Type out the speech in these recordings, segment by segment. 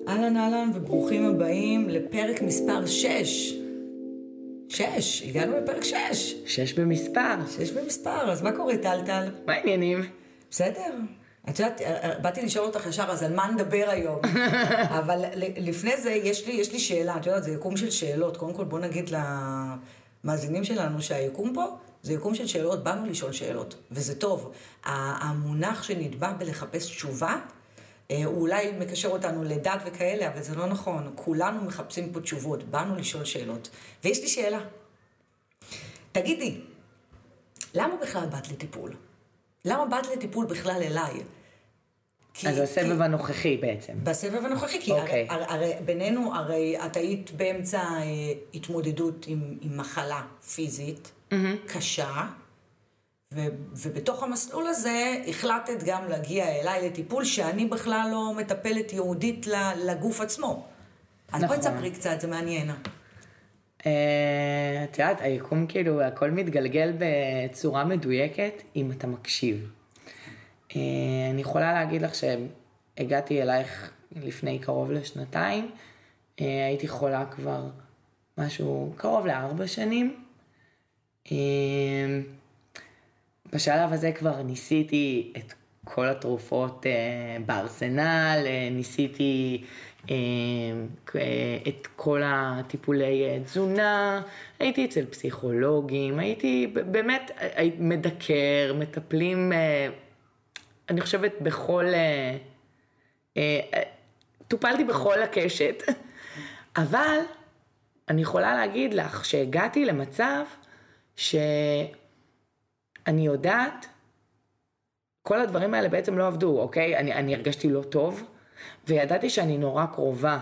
אהלן אהלן וברוכים הבאים לפרק מספר 6. 6, הגענו לפרק 6. 6 במספר. 6 במספר, אז מה קורה טל? מה העניינים? בסדר. את יודעת, באתי לשאול אותך ישר, אז על מה נדבר היום? אבל לפני זה יש לי שאלה, את יודעת, זה יקום של שאלות. קודם כל בוא נגיד למאזינים שלנו שהיקום פה, זה יקום של שאלות, באנו לשאול שאלות, וזה טוב. המונח שנדבע בלחפש תשובה, הוא אולי מקשר אותנו לדת וכאלה, אבל זה לא נכון. כולנו מחפשים פה תשובות, באנו לשאול שאלות. ויש לי שאלה. תגידי, למה בכלל באת לטיפול? למה באת לטיפול בכלל אליי? אז הסבב הנוכחי בעצם. בסבב הנוכחי, כי הרי בינינו, הרי את היית באמצע התמודדות עם מחלה פיזית קשה, ובתוך המסלול הזה החלטת גם להגיע אליי לטיפול שאני בכלל לא מטפלת יהודית לגוף עצמו. אז בואי תספרי קצת, זה מעניין. את יודעת, היקום כאילו, הכל מתגלגל בצורה מדויקת אם אתה מקשיב. אני יכולה להגיד לך שהגעתי אלייך לפני קרוב לשנתיים, הייתי חולה כבר משהו קרוב ל4 שנים. בשלב הזה כבר ניסיתי את כל התרופות בארסנל, ניסיתי את כל הטיפולי תזונה, הייתי אצל פסיכולוגים, הייתי באמת מדקר, מטפלים, אני חושבת בכל, טופלתי בכל הקשת, אבל אני יכולה להגיד לך שהגעתי למצב אני יודעת, כל הדברים האלה בעצם לא עבדו, אוקיי? אני הרגשתי לא טוב, וידעתי שאני נורא קרובה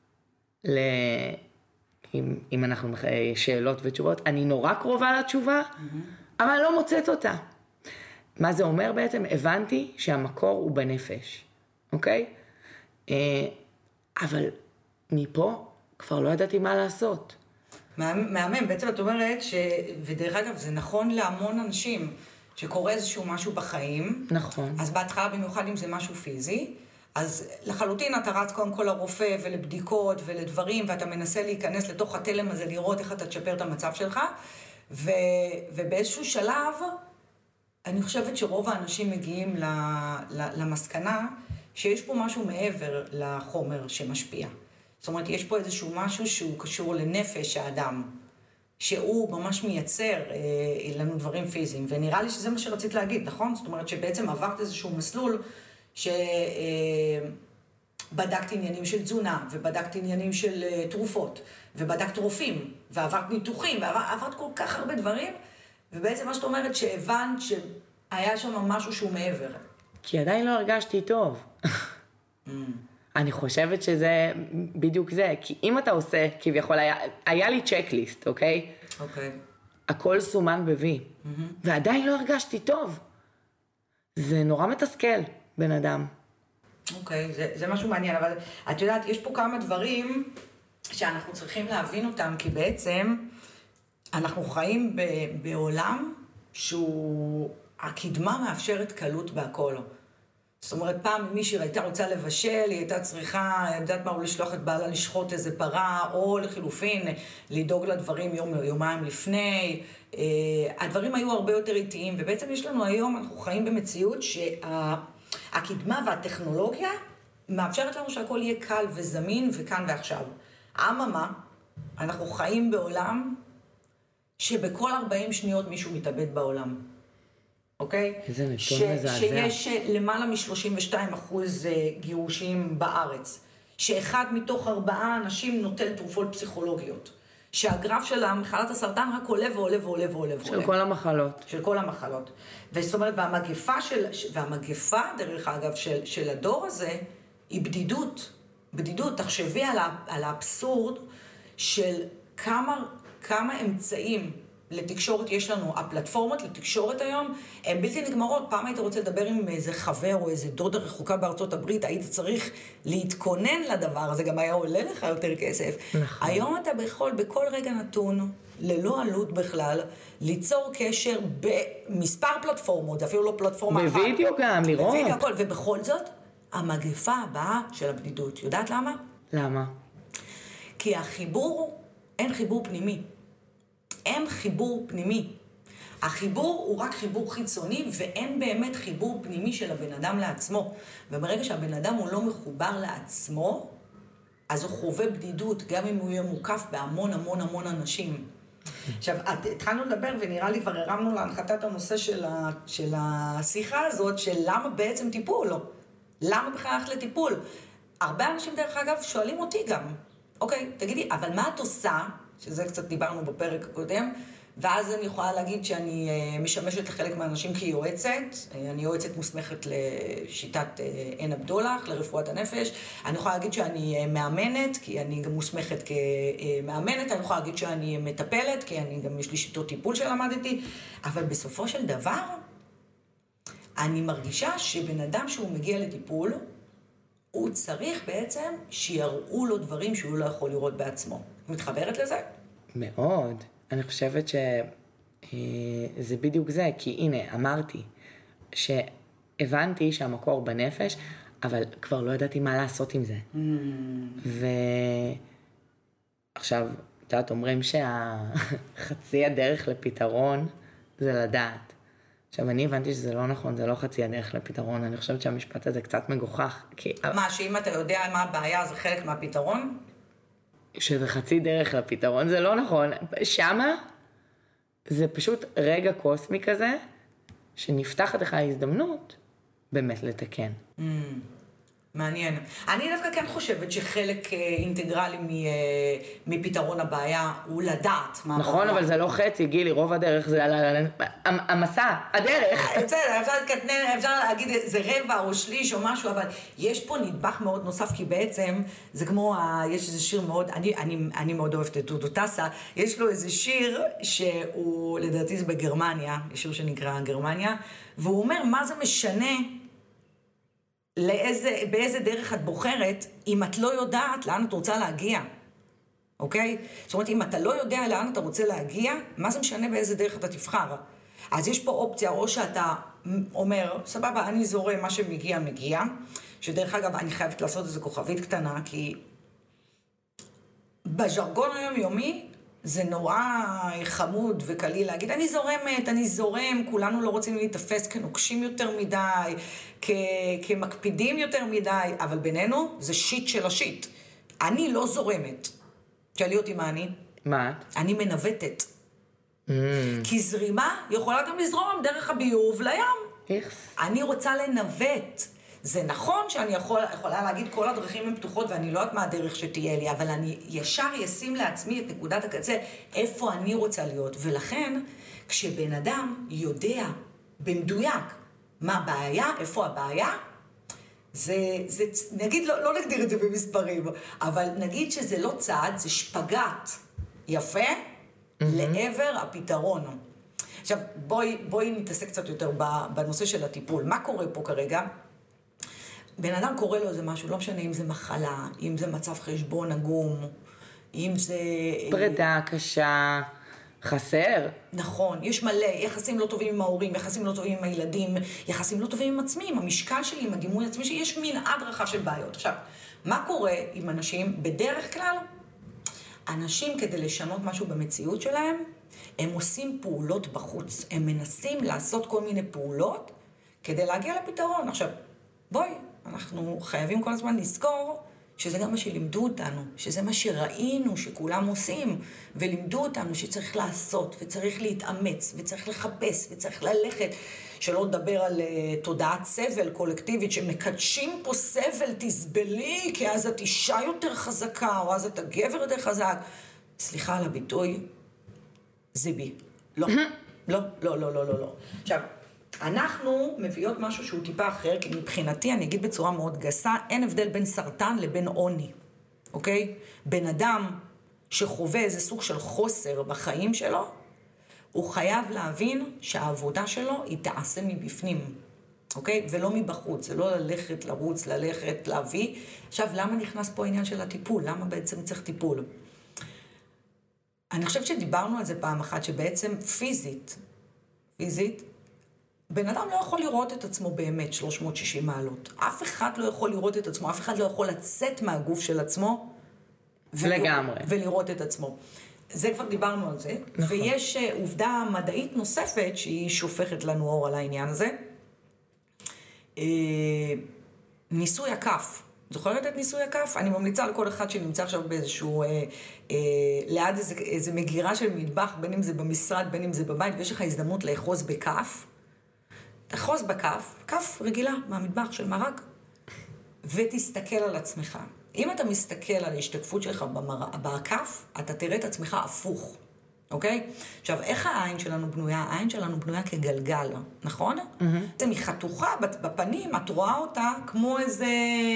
אם אנחנו שאלות ותשובות, אני נורא קרובה לתשובה, אבל אני לא מוצאת אותה. מה זה אומר בעצם? הבנתי שהמקור הוא בנפש, אוקיי? אבל מפה כבר לא ידעתי מה לעשות. מהמם, בעצם את אומרת ודרך אגב זה נכון להמון אנשים, שקורה איזשהו משהו בחיים. נכון. אז בהתחלה במיוחד אם זה משהו פיזי, אז לחלוטין אתה רץ קודם כל לרופא ולבדיקות ולדברים, ואתה מנסה להיכנס לתוך התלם הזה, לראות איך אתה תשפר את המצב שלך, ובאיזשהו שלב, אני חושבת שרוב האנשים מגיעים למסקנה, שיש פה משהו מעבר לחומר שמשפיע. זאת אומרת, יש פה איזשהו משהו שהוא קשור לנפש האדם, שהוא ממש מייצר לנו דברים פיזיים, ונראה לי שזה מה שרצית להגיד, נכון? זאת אומרת שבעצם עברת איזשהו מסלול שבדקת עניינים של תזונה, ובדקת עניינים של תרופות, ובדקת רופאים, ועברת ניתוחים, ועברת כל כך הרבה דברים, ובעצם מה שאת אומרת שהבנת שהיה שם משהו שהוא מעבר. כי עדיין לא הרגשתי טוב. אני חושבת שזה בדיוק זה, כי אם אתה עושה, כביכול, היה לי צ'קליסט, אוקיי? אוקיי. הכל סומן בי, ועדיין לא הרגשתי טוב. זה נורא מתסכל, בן אדם. אוקיי, זה משהו מעניין, אבל את יודעת, יש פה כמה דברים שאנחנו צריכים להבין אותם, כי בעצם אנחנו חיים בעולם שהוא, הקדמה מאפשרת קלות בהכל. זאת אומרת, פעם מישהי הייתה רוצה לבשל, היא הייתה צריכה, יודעת מה, או לשלוח את בעלה לשחוט איזה פרה, או לחילופין, לדאוג לדברים יומיים לפני. הדברים היו הרבה יותר איטיים, ובעצם יש לנו היום, אנחנו חיים במציאות שהקדמה והטכנולוגיה מאפשרת לנו שהכל יהיה קל וזמין וכאן ועכשיו. אממה, אנחנו חיים בעולם שבכל 40 שניות מישהו מתאבד בעולם. אוקיי? איזה נתון מזעזע. שיש למעלה מ32% גירושים בארץ. שאחד מתוך 4 אנשים נוטל תרופות פסיכולוגיות. שהגרף של מחלת הסרטן רק עולה ועולה ועולה ועולה. של כל המחלות. של כל המחלות. וזאת אומרת, והמגפה, דרך אגב, של הדור הזה, היא בדידות. בדידות. תחשבי על האבסורד של כמה אמצעים לתקשורת יש לנו. הפלטפורמות לתקשורת היום הן בלתי נגמרות. פעם היית רוצה לדבר עם איזה חבר או איזה דודה רחוקה בארצות הברית, היית צריך להתכונן לדבר הזה, גם היה עולה לך יותר כסף. נכון. היום אתה בכל רגע נתון, ללא עלות בכלל, ליצור קשר במספר פלטפורמות, אפילו לא פלטפורמה אחת. בווידאו גם, לראות. בווידאו הכל, ובכל זאת, המגפה הבאה של הבדידות. יודעת למה? למה? כי אין חיבור פנימי. אין חיבור פנימי. החיבור הוא רק חיבור חיצוני, ואין באמת חיבור פנימי של הבן אדם לעצמו. וברגע שהבן אדם הוא לא מחובר לעצמו, אז הוא חווה בדידות, גם אם הוא יהיה מוקף בהמון המון המון אנשים. עכשיו, התחלנו לדבר, ונראה לי כבר הרמנו להנחתת הנושא של השיחה הזאת, של למה בעצם טיפול, לא? למה בכלל הלכת לטיפול? הרבה אנשים, דרך אגב, שואלים אותי גם, אוקיי, תגידי, אבל מה את עושה, שזה קצת דיברנו בפרק הקודם, ואז אני יכולה להגיד שאני משמשת לחלק מהאנשים כיועצת, אני יועצת מוסמכת לשיטת עין הבדולח, לרפואת הנפש, אני יכולה להגיד שאני מאמנת, כי אני גם מוסמכת כמאמנת, אני יכולה להגיד שאני מטפלת, כי אני גם יש לי שיטות טיפול שלמדתי, אבל בסופו של דבר, אני מרגישה שבן אדם שהוא מגיע לטיפול, הוא צריך בעצם שיראו לו דברים שהוא לא יכול לראות בעצמו. מתחברת לזה? מאוד. אני חושבת שזה בדיוק זה, כי הנה, אמרתי שהבנתי שהמקור בנפש, אבל כבר לא ידעתי מה לעשות עם זה. ועכשיו, את יודעת, אומרים שהחצי הדרך לפתרון זה לדעת. עכשיו, אני הבנתי שזה לא נכון, זה לא חצי הדרך לפתרון, אני חושבת שהמשפט הזה קצת מגוחך. מה, שאם אתה יודע מה הבעיה, זה חלק מהפתרון? שזה חצי דרך לפתרון, זה לא נכון. שמה, זה פשוט רגע קוסמי כזה, שנפתחת לך ההזדמנות באמת לתקן. מעניין. אני דווקא כן חושבת שחלק אינטגרלי מפתרון הבעיה הוא לדעת מה... נכון, אבל זה לא חצי, גילי, רוב הדרך זה המסע, הדרך. אפשר להגיד זה רבע או שליש או משהו, אבל יש פה נדבך מאוד נוסף, כי בעצם זה כמו, יש איזה שיר מאוד, אני מאוד אוהבת את דודו טסה, יש לו איזה שיר שהוא, לדעתי זה בגרמניה, יש שיר שנקרא גרמניה, והוא אומר, מה זה משנה באיזה דרך את בוחרת, אם את לא יודעת לאן את רוצה להגיע, אוקיי? זאת אומרת, אם אתה לא יודע לאן אתה רוצה להגיע, מה זה משנה באיזה דרך אתה תבחר? אז יש פה אופציה, או שאתה אומר, סבבה, אני זורם, מה שמגיע, מגיע, שדרך אגב, אני חייבת לעשות איזו כוכבית קטנה, כי בז'רגון היומיומי, זה נורא חמוד וקליל להגיד, אני זורמת, אני זורם, כולנו לא רוצים להתאפס כנוקשים יותר מדי, כמקפידים יותר מדי, אבל בינינו זה שיט של השיט. אני לא זורמת. שאלי אותי מה אני? מה? אני מנווטת. כי זרימה יכולה גם לזרום דרך הביוב לים. אני רוצה לנווט. זה נכון שאני יכולה להגיד כל הדרכים הן פתוחות ואני לא יודעת מה הדרך שתהיה לי, אבל אני ישר אשים לעצמי את נקודת הקצה איפה אני רוצה להיות. ולכן, כשבן אדם יודע במדויק מה הבעיה, איפה הבעיה, נגיד, לא נגדיר את זה במספרים, אבל נגיד שזה לא צעד, זה שפגט יפה לעבר הפתרון. עכשיו, בואי נתעסק קצת יותר בנושא של הטיפול. מה קורה פה כרגע? בן אדם קורא לו איזה משהו, לא משנה אם זה מחלה, אם זה מצב חשבון עגום, אם זה... פרידה קשה, חסר. נכון, יש מלא, יחסים לא טובים עם ההורים, יחסים לא טובים עם הילדים, יחסים לא טובים עם עצמי, עם המשקל שלי, עם הדימוי עצמי, שיש מנעד רחב של בעיות. עכשיו, מה קורה עם אנשים? בדרך כלל, אנשים כדי לשנות משהו במציאות שלהם, הם עושים פעולות בחוץ, הם מנסים לעשות כל מיני פעולות כדי להגיע לפתרון. עכשיו, בואי, אנחנו חייבים כל הזמן לזכור שזה גם מה שלימדו אותנו, שזה מה שראינו שכולם עושים, ולימדו אותנו שצריך לעשות, וצריך להתאמץ, וצריך לחפש, וצריך ללכת, שלא לדבר על תודעת סבל קולקטיבית, שמקדשים פה סבל, תסבלי, כי אז את אישה יותר חזקה, או אז אתה גבר יותר חזק. סליחה על הביטוי, זה בי. לא, לא, לא, לא, לא, לא. עכשיו, אנחנו מביאות משהו שהוא טיפה אחר, כי מבחינתי, אני אגיד בצורה מאוד גסה, אין הבדל בין סרטן לבין עוני, אוקיי? בן אדם שחווה איזה סוג של חוסר בחיים שלו, הוא חייב להבין שהעבודה שלו היא תעשה מבפנים, אוקיי? ולא מבחוץ, זה לא ללכת, לרוץ, ללכת, להביא. עכשיו, למה נכנס פה העניין של הטיפול? למה בעצם צריך טיפול? אני חושבת שדיברנו על זה פעם אחת, שבעצם פיזית, בן אדם לא יכול לראות את עצמו באמת 360 מעלות. אף אחד לא יכול לראות את עצמו, אף אחד לא יכול לצאת מהגוף של עצמו. לגמרי. ולראות את עצמו. זה כבר דיברנו על זה. נכון. ויש עובדה מדעית נוספת שהיא שופכת לנו אור על העניין הזה. ניסוי הכף. זוכרת את ניסוי הכף? אני ממליצה לכל אחד שנמצא עכשיו באיזשהו, ליד איזה מגירה של מטבח, בין אם זה במשרד, בין אם זה בבית, ויש לך הזדמנות לאחוז בכף. תחוז בכף, כף רגילה מהמטבח של מרק, ותסתכל על עצמך. אם אתה מסתכל על ההשתקפות שלך בכף, אתה תראה את עצמך הפוך, אוקיי? עכשיו, איך העין שלנו בנויה? העין שלנו בנויה כגלגל, נכון? זה מחתוכה בפנים, את רואה אותה כמו איזה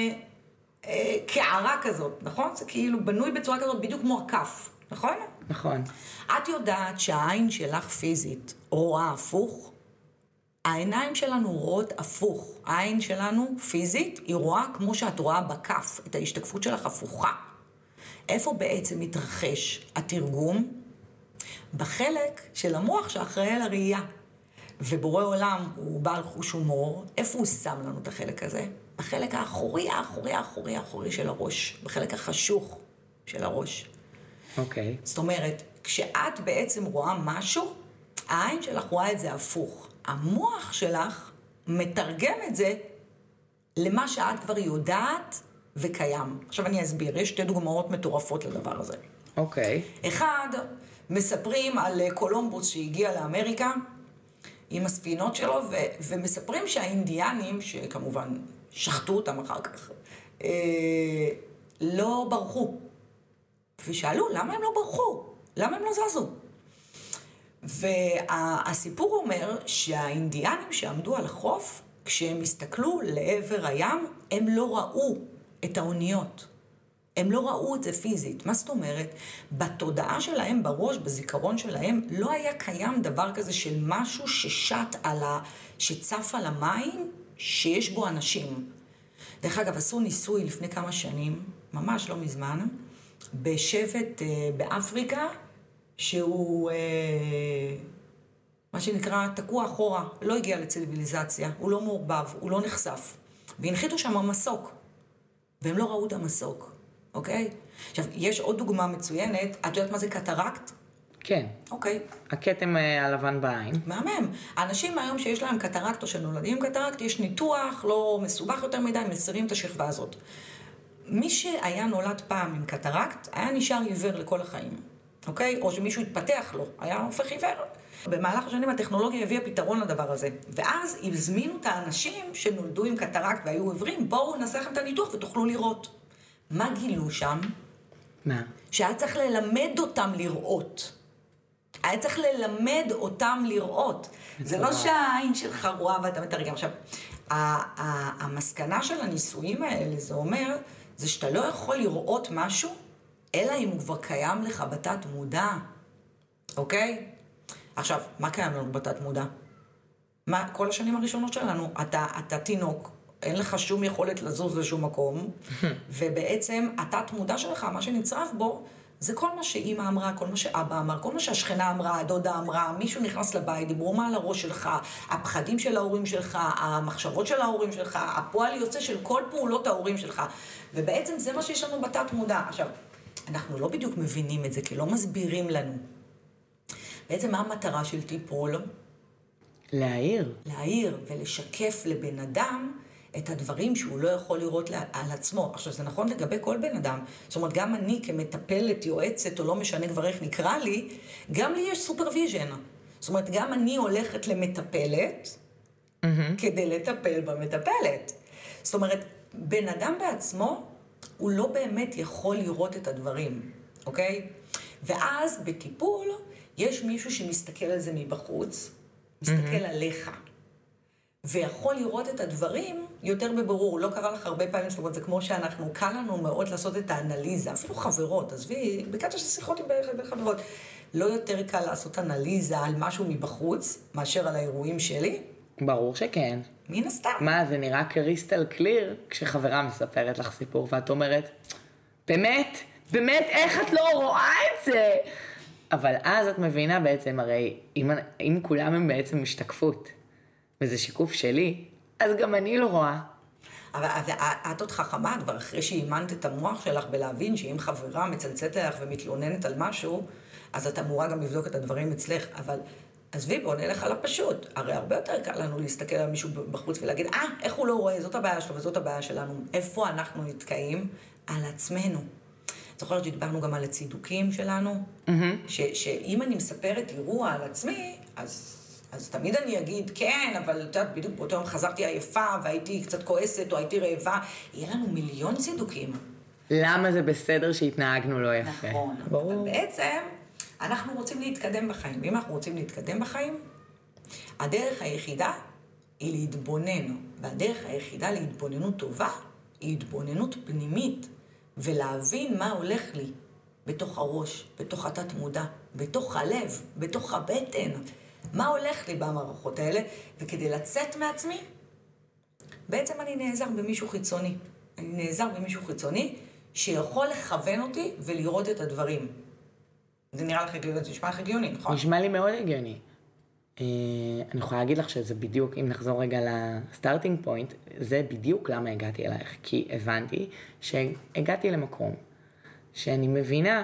קערה כזאת, נכון? זה כאילו בנוי בצורה כזאת בדיוק כמו הכף, נכון? נכון. את יודעת שהעין שלך פיזית רואה הפוך? העיניים שלנו רואות הפוך. העין שלנו פיזית, היא רואה כמו שאת רואה בכף, את ההשתקפות שלך הפוכה. איפה בעצם מתרחש התרגום? בחלק של המוח שאחראי על הראייה. ובורא עולם הוא בעל חוש הומור, איפה הוא שם לנו את החלק הזה? בחלק האחורי של הראש, בחלק החשוך של הראש. אוקיי. זאת אומרת, כשאת בעצם רואה משהו, העין שלך רואה את זה הפוך. המוח שלך מתרגם את זה למה שאת כבר יודעת וקיים. עכשיו אני אסביר, יש שתי דוגמאות מטורפות לדבר הזה. אוקיי. אחד, מספרים על קולומבוס שהגיע לאמריקה עם הספינות שלו, ומספרים שהאינדיאנים, שכמובן שחטו אותם אחר כך, לא ברחו. ושאלו, למה הם לא ברחו? למה הם לא זזו? והסיפור אומר שהאינדיאנים שעמדו על החוף, כשהם הסתכלו לעבר הים, הם לא ראו את האוניות. הם לא ראו את זה פיזית. מה זאת אומרת? בתודעה שלהם, בראש, בזיכרון שלהם, לא היה קיים דבר כזה של משהו שצף על המים, שיש בו אנשים. דרך אגב, עשו ניסוי לפני כמה שנים, ממש לא מזמן, בשבט באפריקה, שהוא מה שנקרא תקוע אחורה, לא הגיע לציוויליזציה, הוא לא מעורבב, הוא לא נחשף. והנחיתו שם מסוק, והם לא ראו את המסוק, אוקיי? עכשיו, יש עוד דוגמה מצוינת, את יודעת מה זה קטרקט? כן. אוקיי. הכתם הלבן בעין. מהמם. האנשים היום שיש להם קטרקט או שנולדים עם קטרקט, יש ניתוח, לא מסובך יותר מדי, מסירים את השכבה הזאת. מי שהיה נולד פעם עם קטרקט, היה נשאר עיוור לכל החיים. אוקיי? או שמישהו התפתח לו, היה הופך עיוור. במהלך השנים הטכנולוגיה הביאה פתרון לדבר הזה. ואז הזמינו את האנשים שנולדו עם קטרקט והיו עיוורים, בואו נעשה לכם את הניתוח ותוכלו לראות. מה גילו שם? מה? שהיה צריך ללמד אותם לראות. היה צריך ללמד אותם לראות. זה לא שהעין שלך רואה ואתה מתרגם. עכשיו, המסקנה של הניסויים האלה, זה אומר, זה שאתה לא יכול לראות משהו, אלא אם הוא כבר קיים לך בתת מודע, אוקיי? עכשיו, מה קיים לנו בתת מודע? כל השנים הראשונות שלנו, אתה תינוק, אין לך שום יכולת לזוז לשום מקום, ובעצם התת מודע שלך, מה שנצרף בו, זה כל מה שאמא אמרה, כל מה שאבא אמר, כל מה שהשכנה אמרה, הדודה אמרה, מישהו נכנס לבית, דיברו מה על הראש שלך, הפחדים של ההורים שלך, המחשבות של ההורים שלך, הפועל יוצא של כל פעולות ההורים שלך, ובעצם זה מה שיש לנו בתת מודע. עכשיו, אנחנו לא בדיוק מבינים את זה, כי לא מסבירים לנו. בעצם מה המטרה של טיפול? להעיר. להעיר ולשקף לבן אדם את הדברים שהוא לא יכול לראות על עצמו. עכשיו, זה נכון לגבי כל בן אדם. זאת אומרת, גם אני כמטפלת, יועצת, או לא משנה כבר איך נקרא לי, גם לי יש סופרוויז'ן. זאת אומרת, גם אני הולכת למטפלת, כדי לטפל במטפלת. זאת אומרת, בן אדם בעצמו, הוא לא באמת יכול לראות את הדברים, אוקיי? ואז בטיפול, יש מישהו שמסתכל על זה מבחוץ, מסתכל עליך. ויכול לראות את הדברים יותר בברור. לא קרה לך הרבה פעמים, זאת אומרת, זה כמו שאנחנו, קל לנו מאוד לעשות את האנליזה, אפילו חברות, עזבי, בקטע של שיחות עם חברות, לא יותר קל לעשות אנליזה על משהו מבחוץ, מאשר על האירועים שלי? ברור שכן. מן הסתם. מה, זה נראה קריסטל קליר, כשחברה מספרת לך סיפור, ואת אומרת, באמת, איך את לא רואה את זה? אבל אז את מבינה בעצם, הרי, אם כולם הם בעצם משתקפות, וזה שיקוף שלי, אז גם אני לא רואה. אבל את עוד חכמה, כבר אחרי שאימנת את המוח שלך בלהבין שאם חברה מצלצלת לך ומתלוננת על משהו, אז את אמורה גם לבדוק את הדברים אצלך, אבל עזבי, בוא נלך על הפשוט. הרי הרבה יותר קל לנו להסתכל על מישהו בחוץ ולהגיד, איך הוא לא רואה, זאת הבעיה שלו וזאת הבעיה שלנו. איפה אנחנו נתקעים? על עצמנו. זוכרת שדיברנו גם על הצידוקים שלנו? שאם אני מספרת אירוע על עצמי, אז תמיד אני אגיד, כן, אבל את יודעת, בדיוק באותו יום חזרתי עייפה, והייתי קצת כועסת, או הייתי רעבה, יהיה לנו מיליון צידוקים. למה זה בסדר שהתנהגנו לא יפה? נכון, אבל בעצם אנחנו רוצים להתקדם בחיים. ואם אנחנו רוצים להתקדם בחיים, הדרך היחידה היא להתבונן. והדרך היחידה להתבוננות טובה היא התבוננות פנימית, ולהבין מה הולך לי בתוך הראש, בתוך התת מודע, בתוך הלב, בתוך הבטן. מה הולך לי במערכות האלה, וכדי לצאת מעצמי, בעצם אני נעזר במישהו חיצוני. אני נעזר במישהו חיצוני שיכול לכוון אותי ולראות את הדברים. זה נראה לך הגיוני, זה נשמע לך הגיוני, נכון? נשמע לי מאוד הגיוני. אני יכולה להגיד לך שזה בדיוק, אם נחזור רגע לסטארטינג פוינט, זה בדיוק למה הגעתי אלייך. כי הבנתי שהגעתי למקום שאני מבינה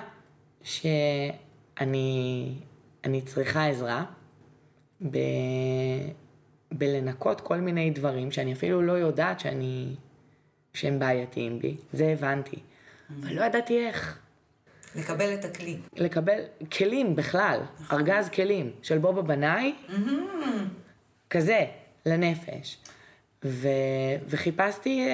שאני צריכה עזרה, בלנקות כל מיני דברים שאני אפילו לא יודעת שהם בעייתיים בי. זה הבנתי. אבל לא ידעתי איך. לקבל את הכלי. לקבל כלים בכלל. ארגז כלים של בובה בנאי. כזה, לנפש. וחיפשתי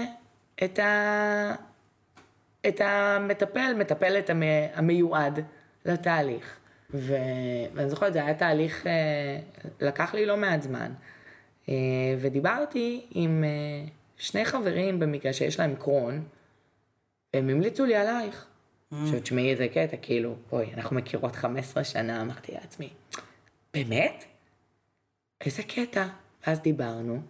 את המטפלת המיועד לתהליך. ואני זוכרת, זה היה תהליך, לקח לי לא מעט זמן. ודיברתי עם שני חברים במקרה שיש להם קרון, והם המליצו לי עלייך. שתשמעי איזה קטע, כאילו, אוי, אנחנו מכירות 15 שנה, אמרתי לעצמי, באמת? איזה קטע? אז דיברנו,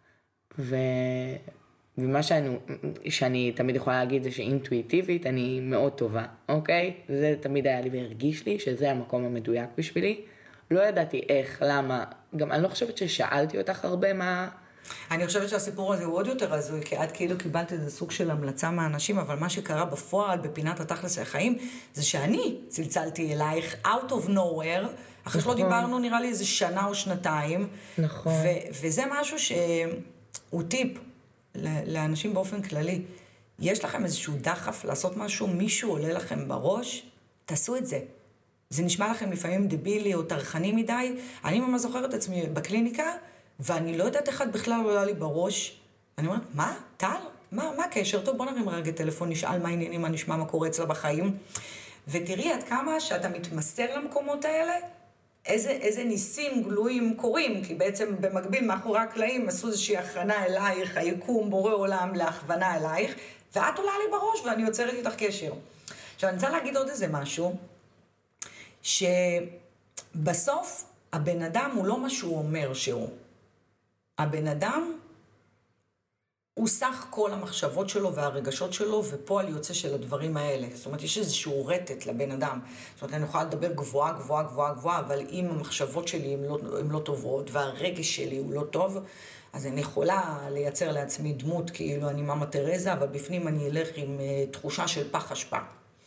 ומה שאני תמיד יכולה להגיד זה שאינטואיטיבית אני מאוד טובה, אוקיי? זה תמיד היה לי והרגיש לי שזה המקום המדויק בשבילי. לא ידעתי איך, למה, גם אני לא חושבת ששאלתי אותך הרבה מה... אני חושבת שהסיפור הזה הוא עוד יותר הזוי, כי את כאילו קיבלת איזה סוג של המלצה מהאנשים, אבל מה שקרה בפועל, בפינת התכלס החיים, זה שאני צלצלתי אלייך, out of nowhere, אחרי שלא דיברנו נראה לי איזה שנה או שנתיים. נכון. וזה משהו שהוא טיפ לאנשים באופן כללי. יש לכם איזשהו דחף לעשות משהו, מישהו עולה לכם בראש, תעשו את זה. זה נשמע לכם לפעמים דבילי או טרחני מדי. אני ממש זוכרת את עצמי בקליניקה, ואני לא יודעת אחד בכלל עולה לי בראש. אני אומרת, מה? טל? מה הקשר? טוב, בוא נרים רגע טלפון, נשאל מה העניינים, מה נשמע, מה קורה אצלה בחיים. ותראי עד כמה שאתה מתמסר למקומות האלה, איזה ניסים גלויים קורים, כי בעצם במקביל מאחורי הקלעים עשו איזושהי הכוונה אלייך, היקום, בורא עולם להכוונה אלייך, ואת עולה לי בראש ואני יוצרת איתך קשר. עכשיו אני רוצה להגיד עוד איזה משהו, שבסוף הבן אדם הוא לא מה שהוא אומר שהוא. הבן אדם הוא סך כל המחשבות שלו והרגשות שלו, ופועל יוצא של הדברים האלה. זאת אומרת, יש איזשהו רטט לבן אדם. זאת אומרת, אני יכולה לדבר גבוהה, גבוהה, גבוהה, גבוהה, אבל אם המחשבות שלי הן לא טובות, והרגש שלי הוא לא טוב, אז אני יכולה לייצר לעצמי דמות, כאילו אני מאמא תרזה, אבל בפנים אני אלך עם תחושה של פח אשפה.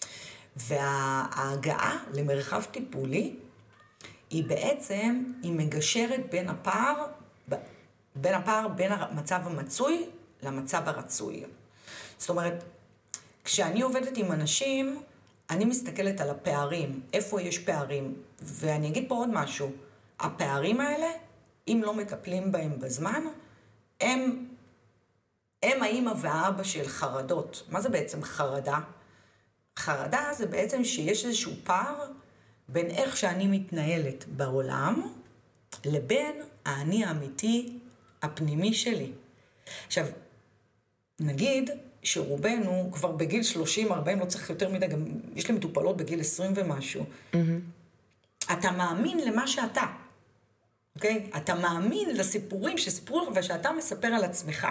וההגעה למרחב טיפולי, היא בעצם, היא מגשרת בין הפער בין המצב המצוי למצב הרצוי. זאת אומרת, כשאני עובדת עם אנשים, אני מסתכלת על הפערים, איפה יש פערים. ואני אגיד פה עוד משהו, הפערים האלה, אם לא מטפלים בהם בזמן, הם האמא והאבא של חרדות. מה זה בעצם חרדה? חרדה זה בעצם שיש איזשהו פער בין איך שאני מתנהלת בעולם, לבין האני האמיתי הפנימי שלי. עכשיו, נגיד שרובנו כבר בגיל 30-40, לא צריך יותר מדי, גם יש לי מטופלות בגיל 20 ומשהו. אתה מאמין למה שאתה, אוקיי? אתה מאמין לסיפורים שסיפרו לך ושאתה מספר על עצמך.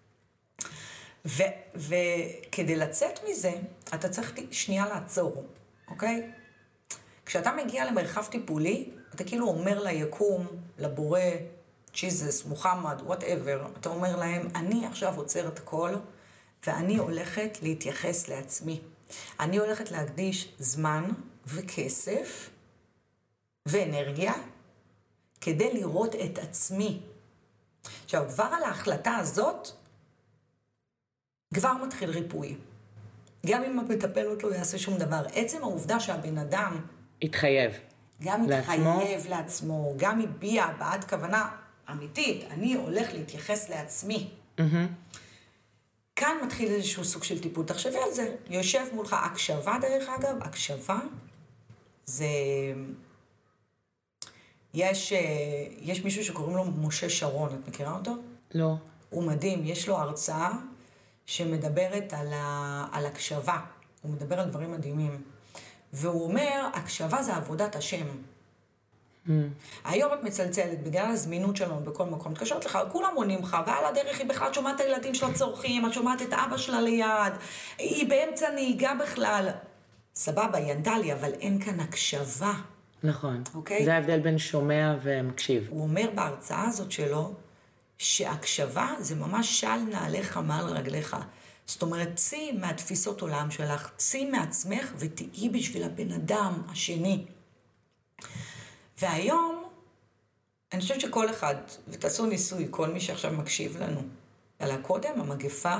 וכדי לצאת מזה, אתה צריך שנייה לעצור, אוקיי? כשאתה מגיע למרחב טיפולי, אתה כאילו אומר ליקום, לבורא, ג'יזוס, מוחמד, whatever, אתה אומר להם, אני עכשיו עוצר את הכל, ואני הולכת להתייחס לעצמי. אני הולכת להקדיש זמן וכסף ואנרגיה, כדי לראות את עצמי. עכשיו, כבר על ההחלטה הזאת, כבר מתחיל ריפוי. גם אם המטפל לא יעשה שום דבר. עצם העובדה שהבן אדם התחייב. גם התחייב לעצמו, גם הביע בעד כוונה אמיתית, אני הולך להתייחס לעצמי. כאן מתחיל איזשהו סוג של טיפול. תחשבי על זה. יושב מולך הקשבה, דרך אגב. הקשבה זה... יש מישהו שקוראים לו משה שרון, את מכירה אותו? לא. הוא מדהים, יש לו הרצאה שמדברת על הקשבה. הוא מדבר על דברים מדהימים. והוא אומר, הקשבה זה עבודת השם. היום את מצלצלת, בגלל הזמינות שלנו בכל מקום, תקשרת לך, כולם עונים לך, ועל הדרך היא בכלל שומעת את הילדים שלה צורכים, את שומעת את אבא שלה ליד, היא באמצע נהיגה בכלל. סבבה, היא ענתה לי, אבל אין כאן הקשבה. נכון. אוקיי? זה ההבדל בין שומע ומקשיב. הוא אומר בהרצאה הזאת שלו, שהקשבה זה ממש של נעליך מעל רגליך. זאת אומרת, צאי מהתפיסות עולם שלך, צאי מעצמך ותהיי בשביל הבן אדם השני. והיום, אני חושבת שכל אחד, ותעשו ניסוי, כל מי שעכשיו מקשיב לנו, על הקודם, המגפה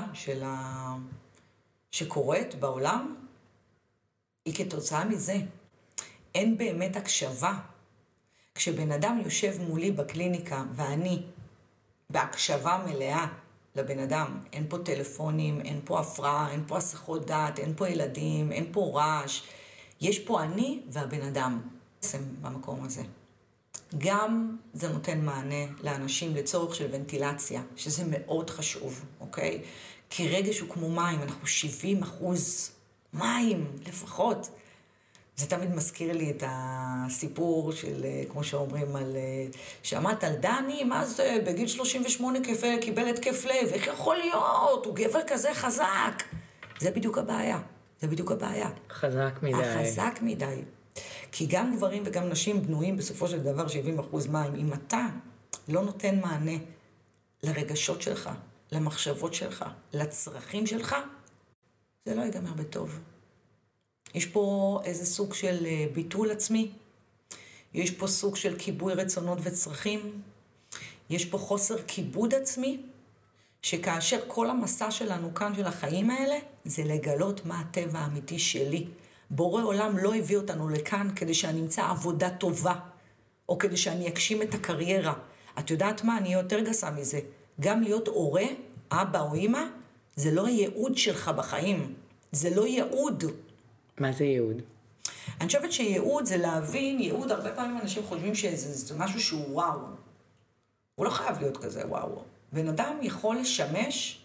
שקורית בעולם, היא כתוצאה מזה. אין באמת הקשבה. כשבן אדם יושב מולי בקליניקה, ואני בהקשבה מלאה לבן אדם, אין פה טלפונים, אין פה הפרעה, אין פה הסחות דעת, אין פה ילדים, אין פה רעש. יש פה אני והבן אדם. במקום הזה. גם זה נותן מענה לאנשים לצורך של ונטילציה, שזה מאוד חשוב, אוקיי? כי רגש הוא כמו מים, אנחנו 70% מים לפחות. זה תמיד מזכיר לי את הסיפור של, כמו שאומרים, שמעת על דני, מה זה? בגיל 38 קיבל התקף לב, איך יכול להיות? הוא גבר כזה חזק. זה בדיוק הבעיה, זה בדיוק הבעיה. חזק מדי. החזק מדי. כי גם גברים וגם נשים בנויים בסופו של דבר 70% מים. אם אתה לא נותן מענה לרגשות שלך, למחשבות שלך, לצרכים שלך, זה לא ייגמר בטוב. יש פה איזה סוג של ביטול עצמי, יש פה סוג של כיבוי רצונות וצרכים, יש פה חוסר כיבוד עצמי, שכאשר כל המסע שלנו כאן של החיים האלה, זה לגלות מה הטבע האמיתי שלי. בורא עולם לא הביא אותנו לכאן כדי שאני אמצא עבודה טובה, או כדי שאני אגשים את הקריירה. את יודעת מה? אני יותר גסה מזה. גם להיות הורה, אבא או אמא, זה לא הייעוד שלך בחיים. זה לא ייעוד. מה זה ייעוד? אני חושבת שייעוד זה להבין, ייעוד, הרבה פעמים אנשים חושבים שזה משהו שהוא וואו. הוא לא חייב להיות כזה וואו. בן אדם יכול לשמש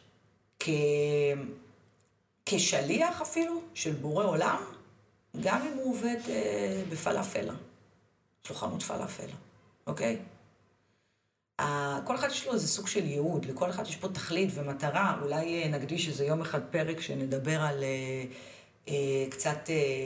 כשליח אפילו של בורא עולם, גם אם הוא עובד בפלאפלה. יש לו חנות פלאפלה, אוקיי? כל אחד יש לו איזה סוג של ייעוד, לכל אחד יש פה תכלית ומטרה. אולי נקדיש איזה יום אחד פרק שנדבר על קצת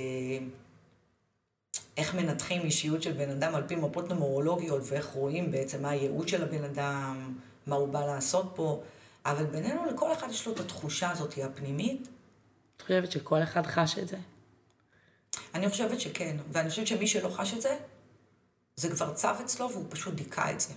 איך מנתחים אישיות של בן אדם על פי מפות נומרולוגיות, ואיך רואים בעצם מה הייעוד של הבן אדם, מה הוא בא לעשות פה. אבל בינינו לכל אחד יש לו את התחושה הזאת הפנימית. את חושבת שכל אחד חש את זה? אני חושבת שכן, ואני חושבת שמי שלא חש את זה, זה כבר צו אצלו והוא פשוט דיכה את זה.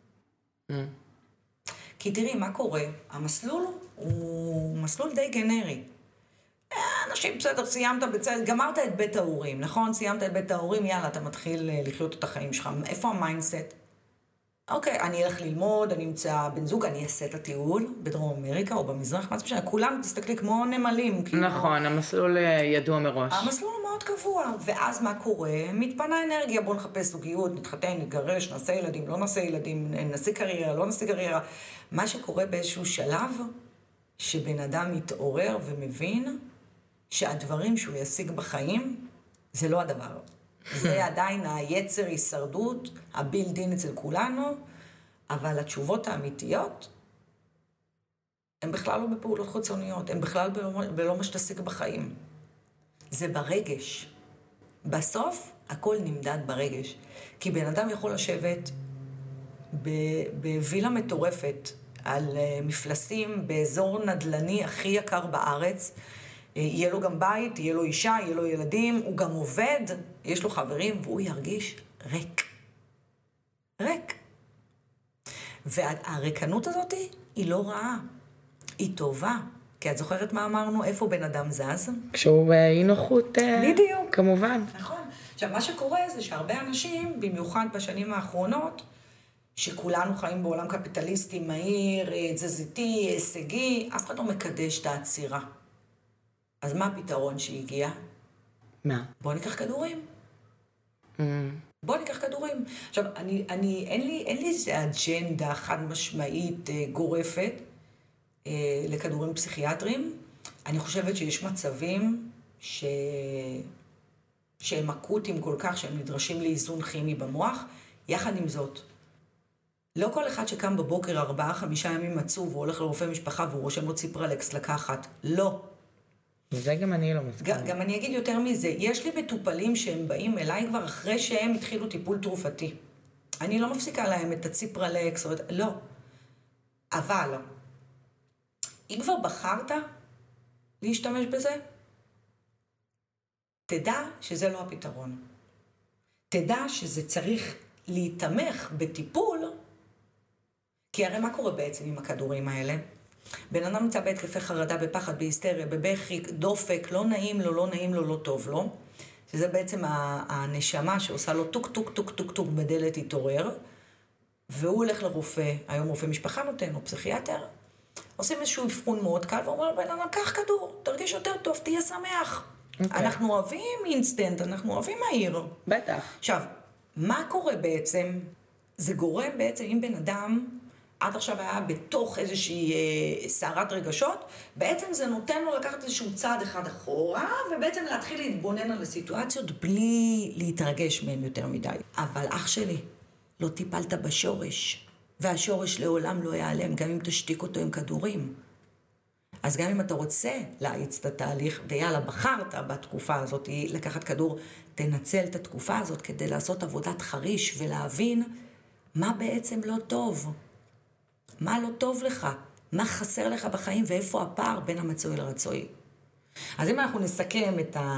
כי תראי, מה קורה? המסלול הוא מסלול די גנרי. אנשים, בסדר, גמרת את בית ההורים, נכון? סיימת את בית ההורים, יאללה, אתה מתחיל לחיות את החיים שלך. איפה המיינדסט? אוקיי, אני אלך ללמוד, אני אמצא בן זוג, אני אעשה את הטיול בדרום אמריקה או במזרח, מה זה משנה? כולם תסתכלי כמו נמלים. נכון, המסלול ידוע מראש. המסלול הוא מאוד קבוע, ואז מה קורה? מתפנה אנרגיה, בוא נחפש זוגיות, נתחתן, נתגרש, נעשה ילדים, לא נעשה ילדים, נעשה קריירה, לא נעשה קריירה. מה שקורה באיזשהו שלב, שבן אדם מתעורר ומבין שהדברים שהוא ישיג בחיים, זה לא הדבר. זה עדיין היצר הישרדות, הבילדין אצל כולנו, אבל התשובות האמיתיות, הן בכלל לא בפעולות חיצוניות, הן בכלל בלא מה שתשיג בחיים. זה ברגש. בסוף, הכל נמדד ברגש. כי בן אדם יכול לשבת בווילה מטורפת, על מפלסים באזור נדל"ני הכי יקר בארץ. יהיה לו גם בית, יהיה לו אישה, יהיה לו ילדים, הוא גם עובד, יש לו חברים, והוא ירגיש ריק. ריק. והריקנות הזאת היא לא רעה, היא טובה. כי את זוכרת מה אמרנו? איפה בן אדם זז? כשהוא באי נוחות, בדיוק. כמובן. נכון. עכשיו, מה שקורה זה שהרבה אנשים, במיוחד בשנים האחרונות, שכולנו חיים בעולם קפיטליסטי מהיר, תזזיתי, הישגי, אף אחד לא מקדש את העצירה. אז מה הפתרון שהגיע? מה? בוא ניקח כדורים. בוא ניקח כדורים. עכשיו, אין לי איזה אג'נדה חד משמעית גורפת לכדורים פסיכיאטריים. אני חושבת שיש מצבים שהם אקוטיים כל כך, שהם נדרשים לאיזון כימי במוח. יחד עם זאת, לא כל אחד שקם בבוקר 4-5 ימים עצוב, והוא הולך לרופא משפחה והוא רושם לו ציפרלקס לקחת. לא. וזה גם אני לא מסכים. גם אני אגיד יותר מזה, יש לי מטופלים שהם באים אליי כבר אחרי שהם התחילו טיפול תרופתי. אני לא מפסיקה להם את הציפרלקס, לא. אבל, אם כבר בחרת להשתמש בזה, תדע שזה לא הפתרון. תדע שזה צריך להתמך בטיפול, כי הרי מה קורה בעצם עם הכדורים האלה? בן אדם נמצא בהתקפי חרדה, בפחד, בהיסטריה, בבכי, דופק, לא נעים לו, לא נעים לו, לא טוב לו. שזה בעצם הנשמה שעושה לו טוק טוק טוק טוק טוק בדלת התעורר, והוא הולך לרופא, היום רופא משפחה נותן, או פסיכיאטר, עושים איזשהו אבחון מאוד קל, ואומר בן אדם, קח כדור, תרגיש יותר טוב, תהיה שמח. אנחנו אוהבים אינסטנט, אנחנו אוהבים מהיר. בטח. עכשיו, מה קורה בעצם? זה גורם בעצם, אם בן אדם עד עכשיו היה בתוך איזושהי סערת רגשות, בעצם זה נותן לו לקחת איזשהו צעד אחד אחורה, ובעצם להתחיל להתבונן על הסיטואציות בלי להתרגש מהם יותר מדי. אבל אח שלי, לא טיפלת בשורש, והשורש לעולם לא ייעלם, גם אם תשתיק אותו עם כדורים. אז גם אם אתה רוצה להאיץ את התהליך, ויאללה, בחרת בתקופה הזאת לקחת כדור, תנצל את התקופה הזאת כדי לעשות עבודת חריש ולהבין מה בעצם לא טוב. מה לא טוב לך? מה חסר לך בחיים ואיפה הפער בין המצוי לרצוי? אז אם אנחנו נסכם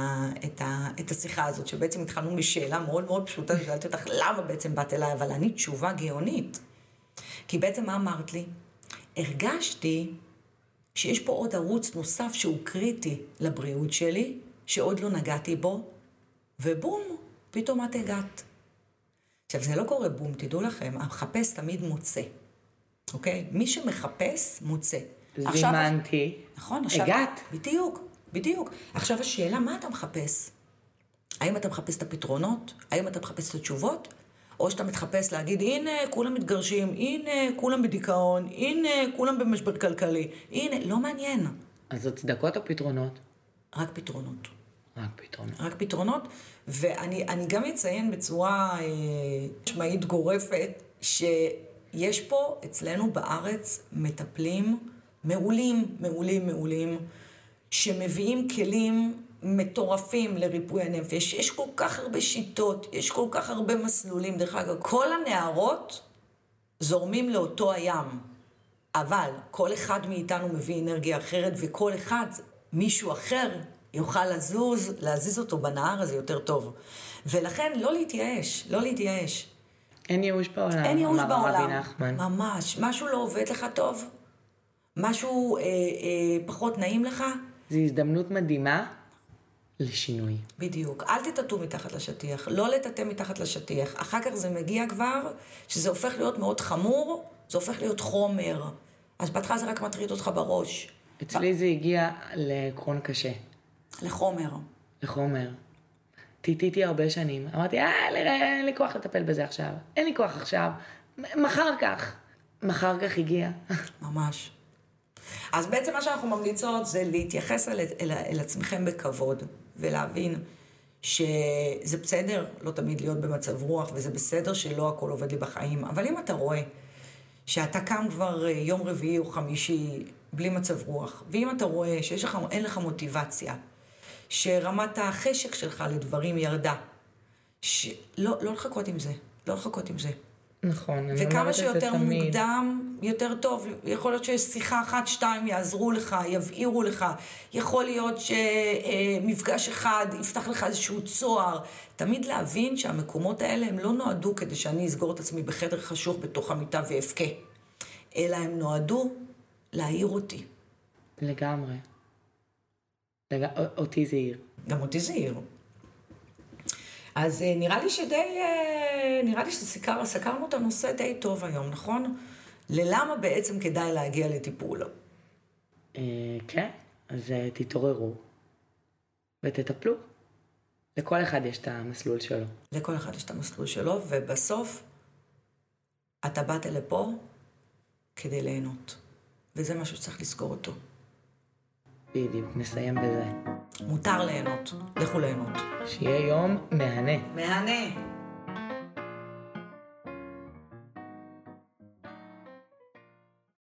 את השיחה הזאת, שבעצם התחלנו משאלה מאוד מאוד פשוטה, שאלתי אותך למה בעצם באת אליי, אבל אני תשובה גאונית. כי בעצם מה אמרת לי? הרגשתי שיש פה עוד ערוץ נוסף שהוא קריטי לבריאות שלי, שעוד לא נגעתי בו, ובום, פתאום את הגעת. עכשיו, זה לא קורה בום, תדעו לכם, המחפש תמיד מוצא. אוקיי? מי שמחפש, מוצא. זימנתי. נכון, עכשיו... הגעת. בדיוק. עכשיו השאלה, מה אתה מחפש? האם אתה מחפש את הפתרונות? האם אתה מחפש את התשובות? או שאתה מתחפש להגיד, הנה, כולם מתגרשים, הנה, כולם בדיכאון, הנה, כולם במשבר כלכלי, הנה, לא מעניין. אז הצדקות או פתרונות? רק פתרונות. רק פתרונות, ואני גם אציין בצורה משמעית גורפת, שיש פה אצלנו בארץ מטפלים מעולים, שמביאים כלים מטורפים לריפוי הנפש. יש כל כך הרבה שיטות, יש כל כך הרבה מסלולים. דרך אגב, כל הנערות זורמים לאותו הים, אבל כל אחד מאיתנו מביא אנרגיה אחרת, וכל אחד, מישהו אחר, יוכל להזיז אותו בנהר הזה יותר טוב. ולכן לא להתייאש. אין ייאוש בעולם. אמר רבי נחמן. ממש. משהו לא עובד לך טוב? משהו פחות נעים לך? זו הזדמנות מדהימה לשינוי. בדיוק. אל תטאטו מתחת לשטיח. לא לטאטא מתחת לשטיח. אחר כך זה מגיע כבר, שזה הופך להיות מאוד חמור, זה הופך להיות חומר. אז בהתחלה זה רק מטריד אותך בראש. אצלי זה הגיע לקרון קשה. לחומר. טיטיתי הרבה שנים. אמרתי, אין לי כוח לטפל בזה עכשיו. אין לי כוח עכשיו. מחר כך הגיע. ממש. אז בעצם מה שאנחנו ממליצות זה להתייחס אל עצמכם בכבוד, ולהבין שזה בסדר לא תמיד להיות במצב רוח, וזה בסדר שלא הכל עובד לי בחיים. אבל אם אתה רואה שאתה קם כבר יום רביעי או חמישי בלי מצב רוח, ואם אתה רואה שאין לך מוטיבציה, שרמת החשק שלך לדברים ירדה, לא לחכות עם זה. נכון, אני אומרת וכמה את זה שיותר תמיד. מוקדם, יותר טוב. יכול להיות ששיחה 1-2 יעזרו לך, יבעירו לך. יכול להיות שמפגש אחד יפתח לך איזשהו צוהר. תמיד להבין שהמקומות האלה הם לא נועדו כדי שאני אסגור את עצמי בחדר חשוך בתוך המיטה ואפקה. אלא הם נועדו להעיר אותי. לגמרי. אותי זה עיר. גם אותי זה עיר. אז נראה לי שסקרנו את הנושא די טוב היום, נכון? ללמה בעצם כדאי להגיע לטיפול? כן, אז תתעוררו ותטפלו. לכל אחד יש את המסלול שלו. לכל אחד יש את המסלול שלו, ובסוף אתה באת לפה כדי ליהנות. וזה משהו שצריך לזכור אותו. בדיוק, נסיים בזה. מותר ליהנות, לכו ליהנות. שיהיה יום מהנה. מהנה.